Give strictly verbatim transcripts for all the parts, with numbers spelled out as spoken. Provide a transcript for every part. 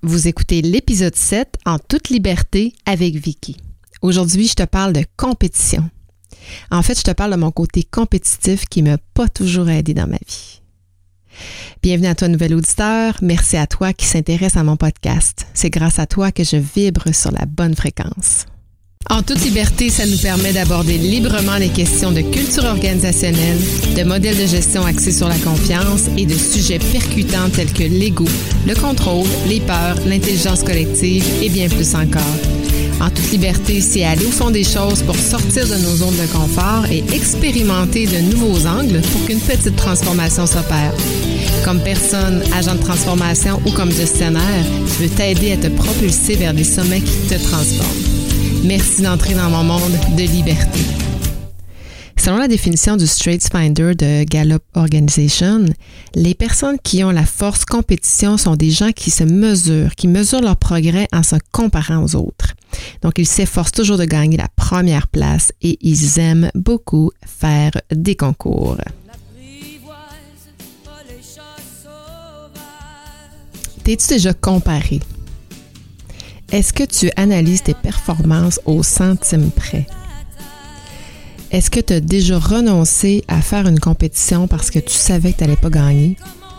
Vous écoutez l'épisode sept en toute liberté avec Vicky. Aujourd'hui, je te parle de compétition. En fait, je te parle de mon côté compétitif qui m'a pas toujours aidé dans ma vie. Bienvenue à toi, nouvel auditeur. Merci à toi qui s'intéresse à mon podcast. C'est grâce à toi que je vibre sur la bonne fréquence. En toute liberté, ça nous permet d'aborder librement les questions de culture organisationnelle, de modèles de gestion axés sur la confiance et de sujets percutants tels que l'ego, le contrôle, les peurs, l'intelligence collective et bien plus encore. En toute liberté, c'est aller au fond des choses pour sortir de nos zones de confort et expérimenter de nouveaux angles pour qu'une petite transformation s'opère. Comme personne, agent de transformation ou comme gestionnaire, je veux t'aider à te propulser vers des sommets qui te transforment. Merci d'entrer dans mon monde de liberté. Selon la définition du StraitsFinder de Gallup Organization, les personnes qui ont la force compétition sont des gens qui se mesurent, qui mesurent leur progrès en se comparant aux autres. Donc, ils s'efforcent toujours de gagner la première place et ils aiment beaucoup faire des concours. T'es-tu déjà comparé? Est-ce que tu analyses tes performances au centime près? Est-ce que tu as déjà renoncé à faire une compétition parce que tu savais que tu n'allais pas gagner?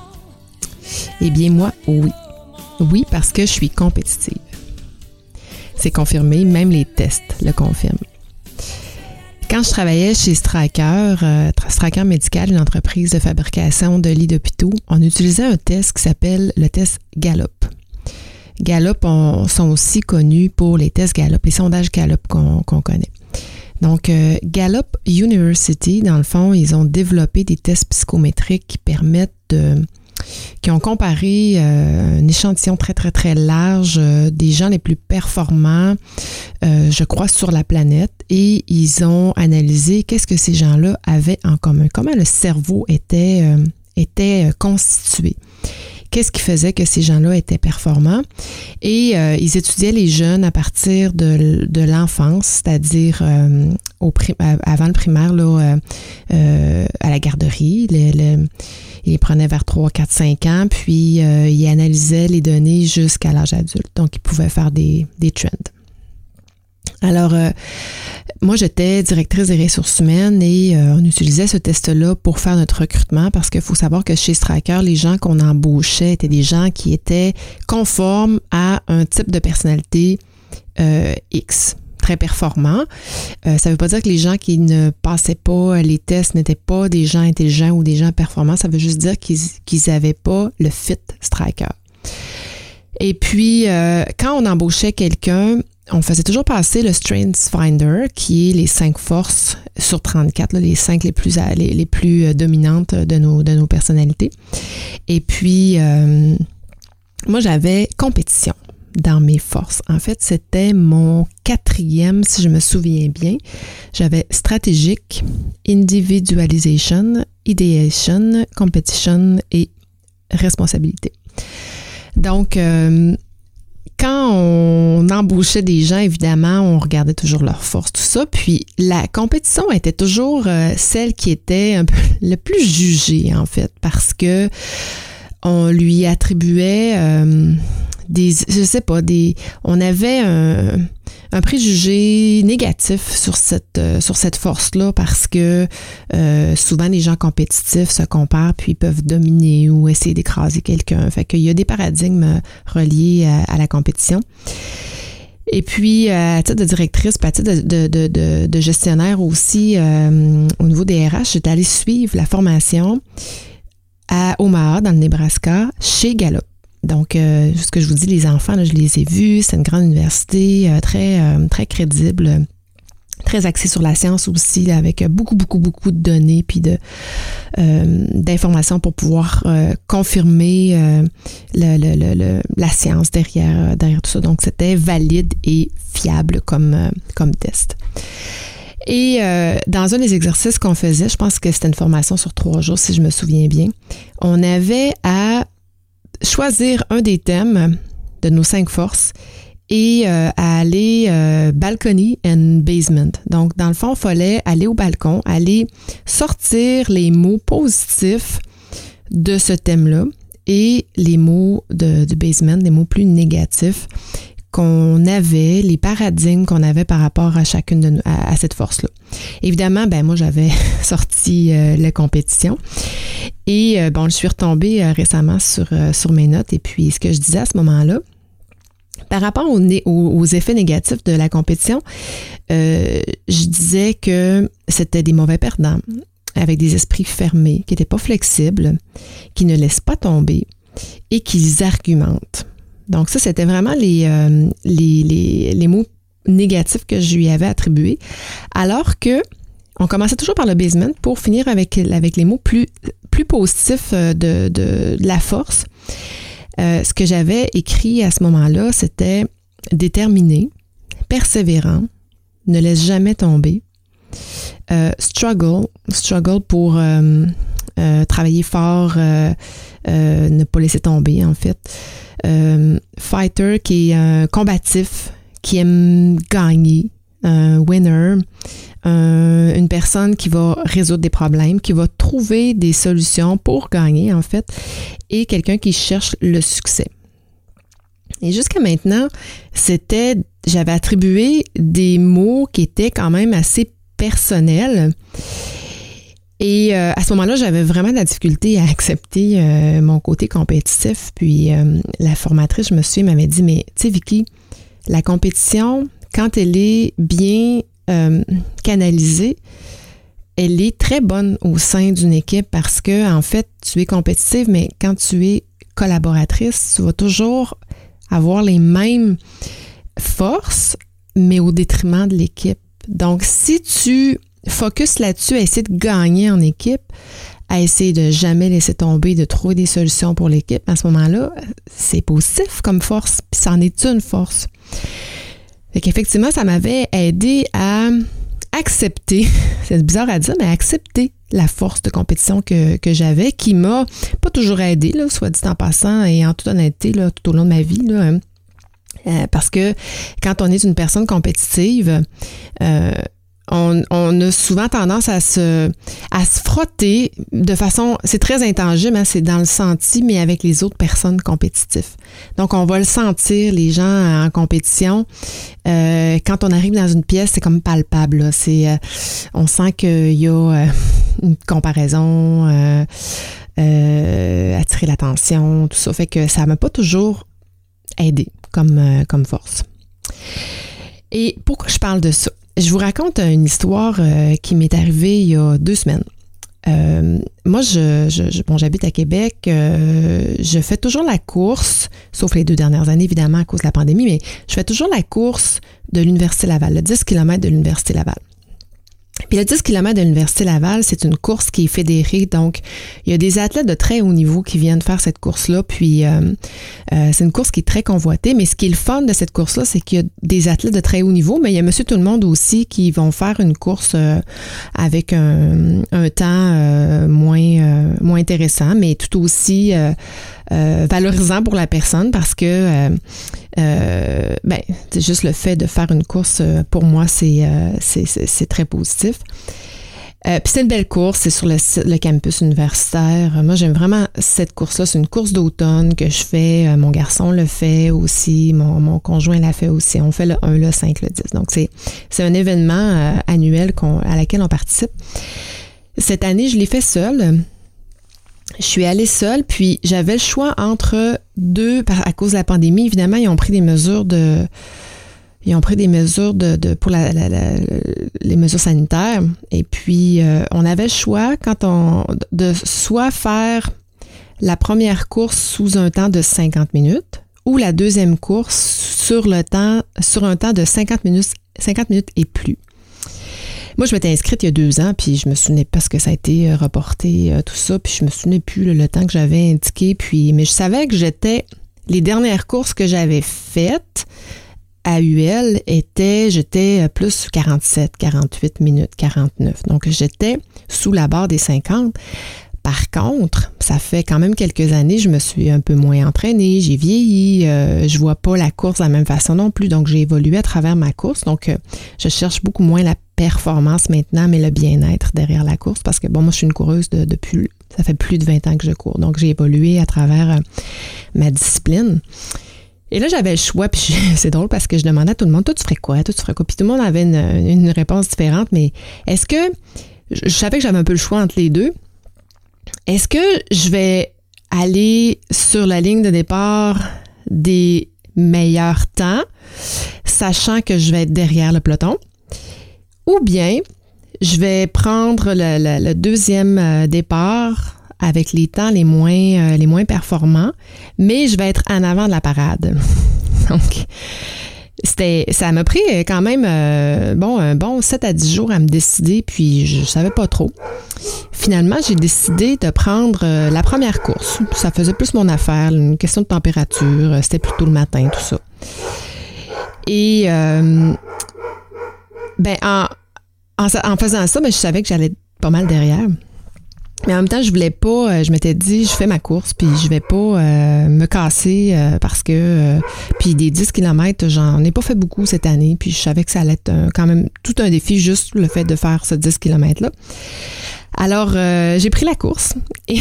Eh bien, moi, oui. Oui, parce que je suis compétitive. C'est confirmé, même les tests le confirment. Quand je travaillais chez Stryker, euh, Stryker Médical, une entreprise de fabrication de lits d'hôpitaux, on utilisait un test qui s'appelle le test Gallup. Gallup on, sont aussi connus pour les tests Gallup, les sondages Gallup qu'on, qu'on connaît. Donc, euh, Gallup University, dans le fond, ils ont développé des tests psychométriques qui permettent de... qui ont comparé euh, un échantillon très, très, très large euh, des gens les plus performants, euh, je crois, sur la planète. Et ils ont analysé qu'est-ce que ces gens-là avaient en commun, comment le cerveau était, euh, était constitué. Qu'est-ce qui faisait que ces gens-là étaient performants? Et euh, ils étudiaient les jeunes à partir de, de l'enfance, c'est-à-dire euh, au prim- avant le primaire, là, euh, euh, à la garderie. Le, le, ils les prenaient vers trois, quatre, cinq ans, puis euh, ils analysaient les données jusqu'à l'âge adulte. Donc, ils pouvaient faire des, des trends. Alors, euh, moi, j'étais directrice des ressources humaines et euh, on utilisait ce test-là pour faire notre recrutement parce qu'il faut savoir que chez Stryker, les gens qu'on embauchait étaient des gens qui étaient conformes à un type de personnalité euh, X, très performant. Euh, ça ne veut pas dire que les gens qui ne passaient pas les tests n'étaient pas des gens intelligents ou des gens performants. Ça veut juste dire qu'ils qu'ils n'avaient pas le fit Stryker. Et puis, euh, quand on embauchait quelqu'un, on faisait toujours passer le StraitsFinder, qui est les cinq forces sur trente-quatre, là, les cinq les plus, les, les plus dominantes de nos, de nos personnalités. Et puis, euh, moi, j'avais compétition dans mes forces. En fait, c'était mon quatrième, si je me souviens bien. J'avais stratégique, individualization, ideation, competition et responsabilité. Donc, euh, quand on embauchait des gens, évidemment, on regardait toujours leurs forces, tout ça. Puis, la compétition était toujours euh, celle qui était un peu le plus jugée, en fait, parce que on lui attribuait euh, des, je sais pas, des, on avait un, un préjugé négatif sur cette, euh, sur cette force-là parce que euh, souvent les gens compétitifs se comparent puis ils peuvent dominer ou essayer d'écraser quelqu'un. Fait qu'il y a des paradigmes reliés à, à la compétition. Et puis, à titre de directrice, puis à titre de, de, de, de, de gestionnaire aussi, euh, au niveau des R H, j'étais allée suivre la formation à Omaha, dans le Nebraska, chez Gallup. Donc, euh, ce que je vous dis, les enfants, là, je les ai vus. C'est une grande université, euh, très, euh, très crédible, très axée sur la science aussi, là, avec beaucoup, beaucoup, beaucoup de données puis de, euh, d'informations pour pouvoir euh, confirmer euh, le, le, le, le, la science derrière, derrière tout ça. Donc, c'était valide et fiable comme, euh, comme test. Et euh, dans un des exercices qu'on faisait, je pense que c'était une formation sur trois jours, si je me souviens bien, on avait à choisir un des thèmes de nos cinq forces et euh, à aller euh, balcony and basement. Donc, dans le fond, il fallait aller au balcon, aller sortir les mots positifs de ce thème-là et les mots de, du basement, les mots plus négatifs qu'on avait, les paradigmes qu'on avait par rapport à chacune de nous, à, à cette force-là. Évidemment, ben moi, j'avais sorti euh, la compétition et euh, bon, je suis retombée euh, récemment sur, euh, sur mes notes et puis ce que je disais à ce moment-là, par rapport aux, aux, aux effets négatifs de la compétition, euh, je disais que c'était des mauvais perdants, avec des esprits fermés, qui n'étaient pas flexibles, qui ne laissent pas tomber et qui argumentent. Donc ça, c'était vraiment les, euh, les, les, les mots négatifs que je lui avais attribués, alors que on commençait toujours par le basement pour finir avec, avec les mots plus, plus positifs de, de, de la force. Euh, ce que j'avais écrit à ce moment-là, c'était déterminé, persévérant, ne laisse jamais tomber, euh, struggle, struggle pour euh, euh, travailler fort, euh, euh, ne pas laisser tomber en fait, euh, fighter qui est euh, combatif, qui aime gagner, un winner, un, une personne qui va résoudre des problèmes, qui va trouver des solutions pour gagner en fait, et quelqu'un qui cherche le succès. Et jusqu'à maintenant, c'était, j'avais attribué des mots qui étaient quand même assez personnels. Et euh, à ce moment-là, j'avais vraiment de la difficulté à accepter euh, mon côté compétitif. Puis euh, la formatrice, je me souviens, m'avait dit, mais tu sais, Vicky, la compétition, quand elle est bien euh, canalisée, elle est très bonne au sein d'une équipe parce que, en fait, tu es compétitive, mais quand tu es collaboratrice, tu vas toujours avoir les mêmes forces, mais au détriment de l'équipe. Donc, si tu focuses là-dessus, à essayer de gagner en équipe, à essayer de jamais laisser tomber, de trouver des solutions pour l'équipe, à ce moment-là, c'est positif comme force, puis ça en est une force. Fait qu'effectivement, ça m'avait aidé à accepter, c'est bizarre à dire, mais accepter la force de compétition que, que j'avais, qui m'a pas toujours aidé, là, soit dit en passant et en toute honnêteté, là, tout au long de ma vie, là, hein, euh, parce que quand on est une personne compétitive, euh, On, on a souvent tendance à se, à se frotter de façon, c'est très intangible, hein, c'est dans le senti, mais avec les autres personnes compétitives. Donc, on va le sentir, les gens en compétition. Euh, quand on arrive dans une pièce, c'est comme palpable. Là. C'est, euh, on sent qu'il y a euh, une comparaison, euh, euh, attirer l'attention, tout ça. Fait que ça m'a pas toujours aidé comme, euh, comme force. Et pourquoi je parle de ça? Je vous raconte une histoire euh, qui m'est arrivée il y a deux semaines. Euh, moi, je, je, bon, j'habite à Québec. Euh, je fais toujours la course, sauf les deux dernières années, évidemment, à cause de la pandémie, mais je fais toujours la course de l'Université Laval, le dix kilomètres de l'Université Laval. Puis le dix kilomètres de l'Université Laval, c'est une course qui est fédérée. Donc, il y a des athlètes de très haut niveau qui viennent faire cette course-là. Puis, euh, euh, c'est une course qui est très convoitée. Mais ce qui est le fun de cette course-là, c'est qu'il y a des athlètes de très haut niveau, mais il y a monsieur tout le monde aussi qui vont faire une course euh, avec un, un temps euh, moins, euh, moins intéressant, mais tout aussi euh, euh, valorisant pour la personne parce que euh, euh, ben, c'est juste le fait de faire une course, euh, pour moi, c'est, euh, c'est, c'est, c'est très positif. Euh, puis c'est une belle course, c'est sur le, le campus universitaire. Moi, j'aime vraiment cette course-là. C'est une course d'automne que je fais. Euh, mon garçon le fait aussi. Mon, mon conjoint l'a fait aussi. On fait le un, le cinq, le dix. Donc, c'est, c'est un événement euh, annuel qu'on, à laquelle on participe. Cette année, je l'ai fait seule. Je suis allée seule, puis j'avais le choix entre deux, à cause de la pandémie. Évidemment, ils ont pris des mesures de... Ils ont pris des mesures de, de pour la, la, la, les mesures sanitaires. Et puis, euh, on avait le choix quand on de soit faire la première course sous un temps de cinquante minutes ou la deuxième course sur le temps sur un temps de cinquante minutes, cinquante minutes et plus. Moi, je m'étais inscrite il y a deux ans, puis je me souvenais pas que ça a été reporté, tout ça, puis je me souvenais plus le, le temps que j'avais indiqué. Puis, mais je savais que j'étais les dernières courses que j'avais faites à U L était, j'étais plus quarante-sept, quarante-huit minutes, quarante-neuf. Donc, j'étais sous la barre des cinquante. Par contre, ça fait quand même quelques années, je me suis un peu moins entraînée, j'ai vieilli, euh, je vois pas la course de la même façon non plus, donc j'ai évolué à travers ma course. Donc, euh, je cherche beaucoup moins la performance maintenant, mais le bien-être derrière la course, parce que bon, moi, je suis une coureuse de, depuis Ça fait plus de vingt ans que je cours. Donc, j'ai évolué à travers euh, ma discipline. Et là, j'avais le choix, puis je, c'est drôle parce que je demandais à tout le monde, toi, tu ferais quoi? Toi, tu ferais quoi? Puis tout le monde avait une, une réponse différente, mais est-ce que, je, je savais que j'avais un peu le choix entre les deux, est-ce que je vais aller sur la ligne de départ des meilleurs temps, sachant que je vais être derrière le peloton, ou bien je vais prendre le, le, le deuxième départ avec les temps les moins, euh, les moins performants, mais je vais être en avant de la parade. Donc, c'était, ça m'a pris quand même euh, bon, un bon sept à dix jours à me décider, puis je savais pas trop. Finalement, j'ai décidé de prendre euh, la première course. Ça faisait plus mon affaire, une question de température, c'était plutôt le matin, tout ça. Et euh, ben en, en, en faisant ça, ben, je savais que j'allais être pas mal derrière. Mais en même temps, je voulais pas, je m'étais dit, je fais ma course, puis je vais pas euh, me casser euh, parce que, euh, puis des dix kilomètres, j'en ai pas fait beaucoup cette année, puis je savais que ça allait être un, quand même tout un défi, juste le fait de faire ce dix kilomètres-là. Alors, euh, j'ai pris la course et,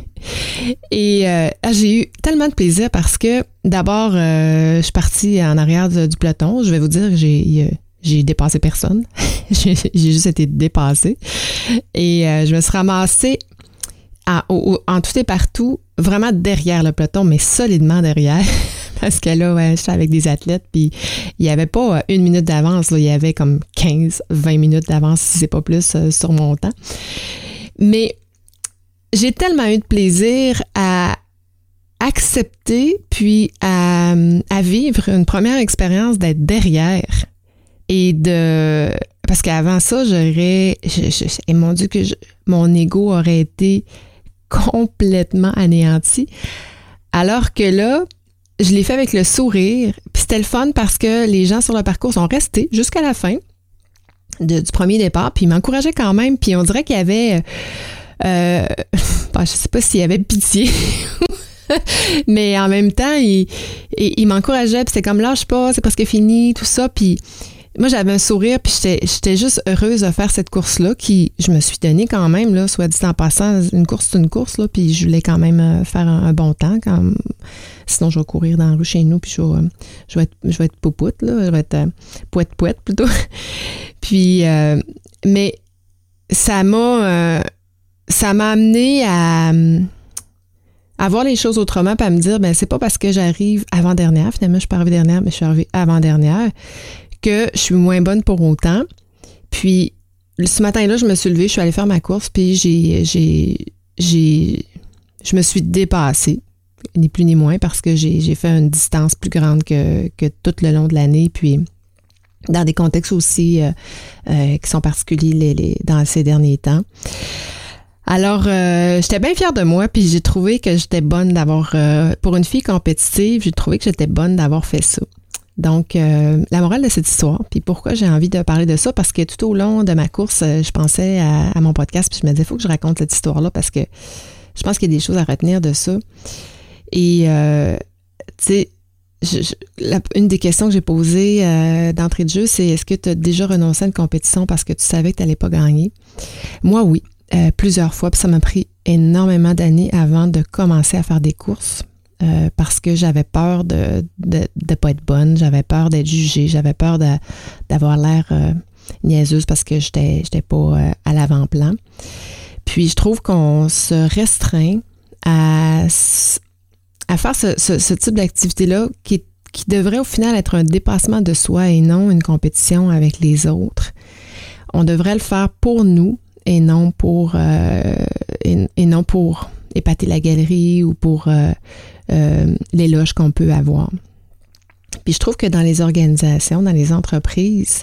et euh, j'ai eu tellement de plaisir parce que d'abord, euh, je suis partie en arrière du, du peloton. Je vais vous dire, j'ai... Euh, J'ai dépassé personne. j'ai, j'ai juste été dépassée. Et euh, je me suis ramassée à, au, en tout et partout, vraiment derrière le peloton, mais solidement derrière. Parce que là, ouais, j'étais avec des athlètes, puis il n'y avait pas une minute d'avance, là, il y avait comme quinze, vingt minutes d'avance, si c'est pas plus, euh, sur mon temps. Mais j'ai tellement eu de plaisir à accepter, puis à, à vivre une première expérience d'être derrière. Et de... Parce qu'avant ça, j'aurais... Je, je, et mon Dieu, que je, mon ego aurait été complètement anéanti. Alors que là, je l'ai fait avec le sourire. Puis c'était le fun parce que les gens sur le parcours sont restés jusqu'à la fin de, du premier départ. Puis ils m'encourageaient quand même. Puis on dirait qu'il y avait... Euh, ben, je sais pas s'il y avait pitié... Mais en même temps, il, il, il m'encourageait. Puis c'est comme, lâche pas, c'est presque fini, tout ça. Puis... Moi, j'avais un sourire, puis j'étais, j'étais juste heureuse de faire cette course-là, qui, je me suis donnée quand même, là, soit dit en passant, une course, c'est une course, là, puis je voulais quand même faire un, un bon temps, quand, sinon je vais courir dans la rue chez nous, puis je vais, je vais être, je vais être poupoute, là, je vais être euh, pouette-pouette, plutôt. Puis, euh, mais ça m'a, euh, ça m'a amené à, à voir les choses autrement, puis à me dire, ben c'est pas parce que j'arrive avant-dernière, finalement, je suis pas arrivée dernière, mais je suis arrivée avant-dernière, que je suis moins bonne pour autant. Puis, ce matin-là, je me suis levée, je suis allée faire ma course, puis j'ai, j'ai, j'ai, je me suis dépassée, ni plus ni moins, parce que j'ai, j'ai fait une distance plus grande que, que tout le long de l'année, puis dans des contextes aussi euh, euh, qui sont particuliers les, les, dans ces derniers temps. Alors, euh, j'étais bien fière de moi, puis j'ai trouvé que j'étais bonne d'avoir, euh, pour une fille compétitive, j'ai trouvé que j'étais bonne d'avoir fait ça. Donc, euh, la morale de cette histoire, puis pourquoi j'ai envie de parler de ça, parce que tout au long de ma course, je pensais à, à mon podcast, puis je me disais, il faut que je raconte cette histoire-là, parce que je pense qu'il y a des choses à retenir de ça. Et, euh, tu sais, je, je, la, une des questions que j'ai posées euh, d'entrée de jeu, c'est est-ce que tu as déjà renoncé à une compétition parce que tu savais que tu n'allais pas gagner? Moi, oui, euh, plusieurs fois, puis ça m'a pris énormément d'années avant de commencer à faire des courses. Euh, parce que j'avais peur de de, de pas être bonne, j'avais peur d'être jugée, j'avais peur de, d'avoir l'air euh, niaiseuse parce que j'étais j'étais pas euh, à l'avant-plan. Puis je trouve qu'on se restreint à, à faire ce, ce, ce type d'activité-là qui, qui devrait au final être un dépassement de soi et non une compétition avec les autres. On devrait le faire pour nous et non pour euh, et, et non pour épater la galerie ou pour euh, euh, l'éloge qu'on peut avoir. Puis je trouve que dans les organisations, dans les entreprises,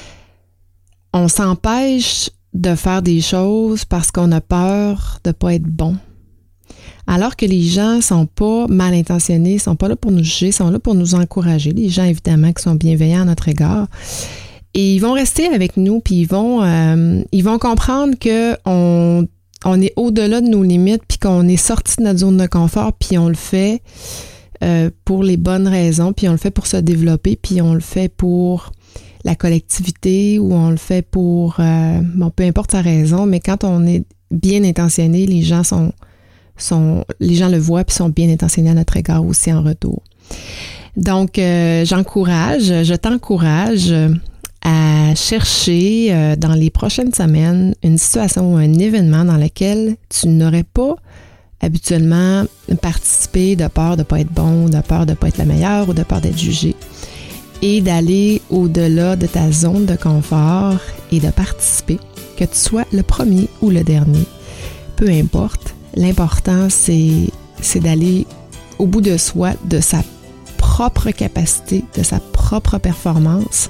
on s'empêche de faire des choses parce qu'on a peur de ne pas être bon. Alors que les gens sont pas mal intentionnés, sont pas là pour nous juger, sont là pour nous encourager. Les gens, évidemment, qui sont bienveillants à notre égard. Et ils vont rester avec nous, puis ils vont, euh, ils vont comprendre qu'on on est au-delà de nos limites, puis qu'on est sorti de notre zone de confort, puis on le fait euh, pour les bonnes raisons, puis on le fait pour se développer, puis on le fait pour la collectivité, ou on le fait pour, euh, bon, peu importe sa raison, mais quand on est bien intentionnés, les gens sont, sont les gens le voient puis sont bien intentionnés à notre égard aussi en retour. Donc, euh, j'encourage, je t'encourage à chercher euh, dans les prochaines semaines une situation ou un événement dans lequel tu n'aurais pas habituellement participé de peur de ne pas être bon, de peur de ne pas être la meilleure ou de peur d'être jugé, et d'aller au-delà de ta zone de confort et de participer, que tu sois le premier ou le dernier, peu importe. L'important, c'est, c'est d'aller au bout de soi, de sa propre capacité, de sa propre performance.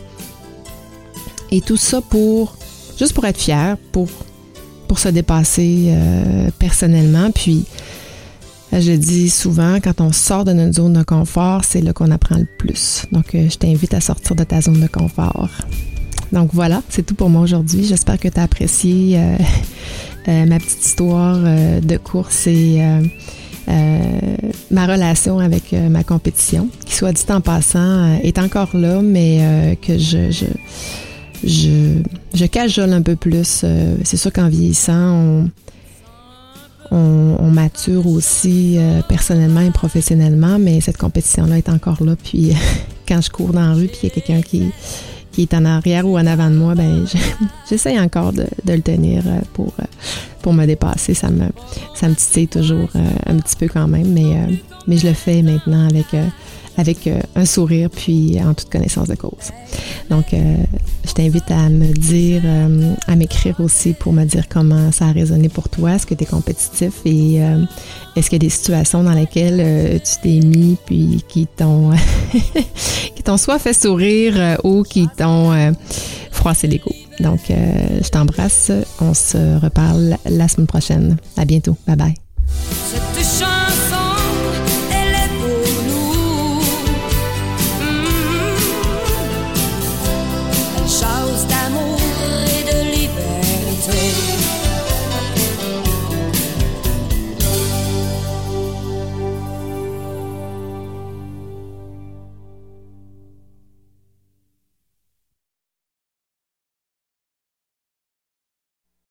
Et tout ça pour, juste pour être fier, pour, pour se dépasser euh, personnellement. Puis, je le dis souvent, quand on sort de notre zone de confort, c'est là qu'on apprend le plus. Donc, euh, je t'invite à sortir de ta zone de confort. Donc voilà, c'est tout pour moi aujourd'hui. J'espère que tu as apprécié euh, euh, ma petite histoire euh, de course et euh, euh, ma relation avec euh, ma compétition, qui, soit dit en passant, euh, est encore là, mais euh, que je, je, je, je cajole un peu plus. Euh, c'est sûr qu'en vieillissant, on, on, on mature aussi euh, personnellement et professionnellement, mais cette compétition-là est encore là. Puis quand je cours dans la rue, puis il y a quelqu'un qui qui est en arrière ou en avant de moi, ben j'essaie encore de, de le tenir pour, pour me dépasser. Ça me, ça me titille toujours un petit peu quand même, mais, mais je le fais maintenant avec, avec un sourire puis en toute connaissance de cause. Donc, je t'invite à me dire, à m'écrire aussi pour me dire comment ça a résonné pour toi. Est-ce que tu es compétitif et est-ce qu'il y a des situations dans lesquelles tu t'es mis puis qui t'ont qui t'ont soit fait sourire ou qui t'ont euh, froissé l'ego. Donc, euh, je t'embrasse. On se reparle la semaine prochaine. À bientôt. Bye bye.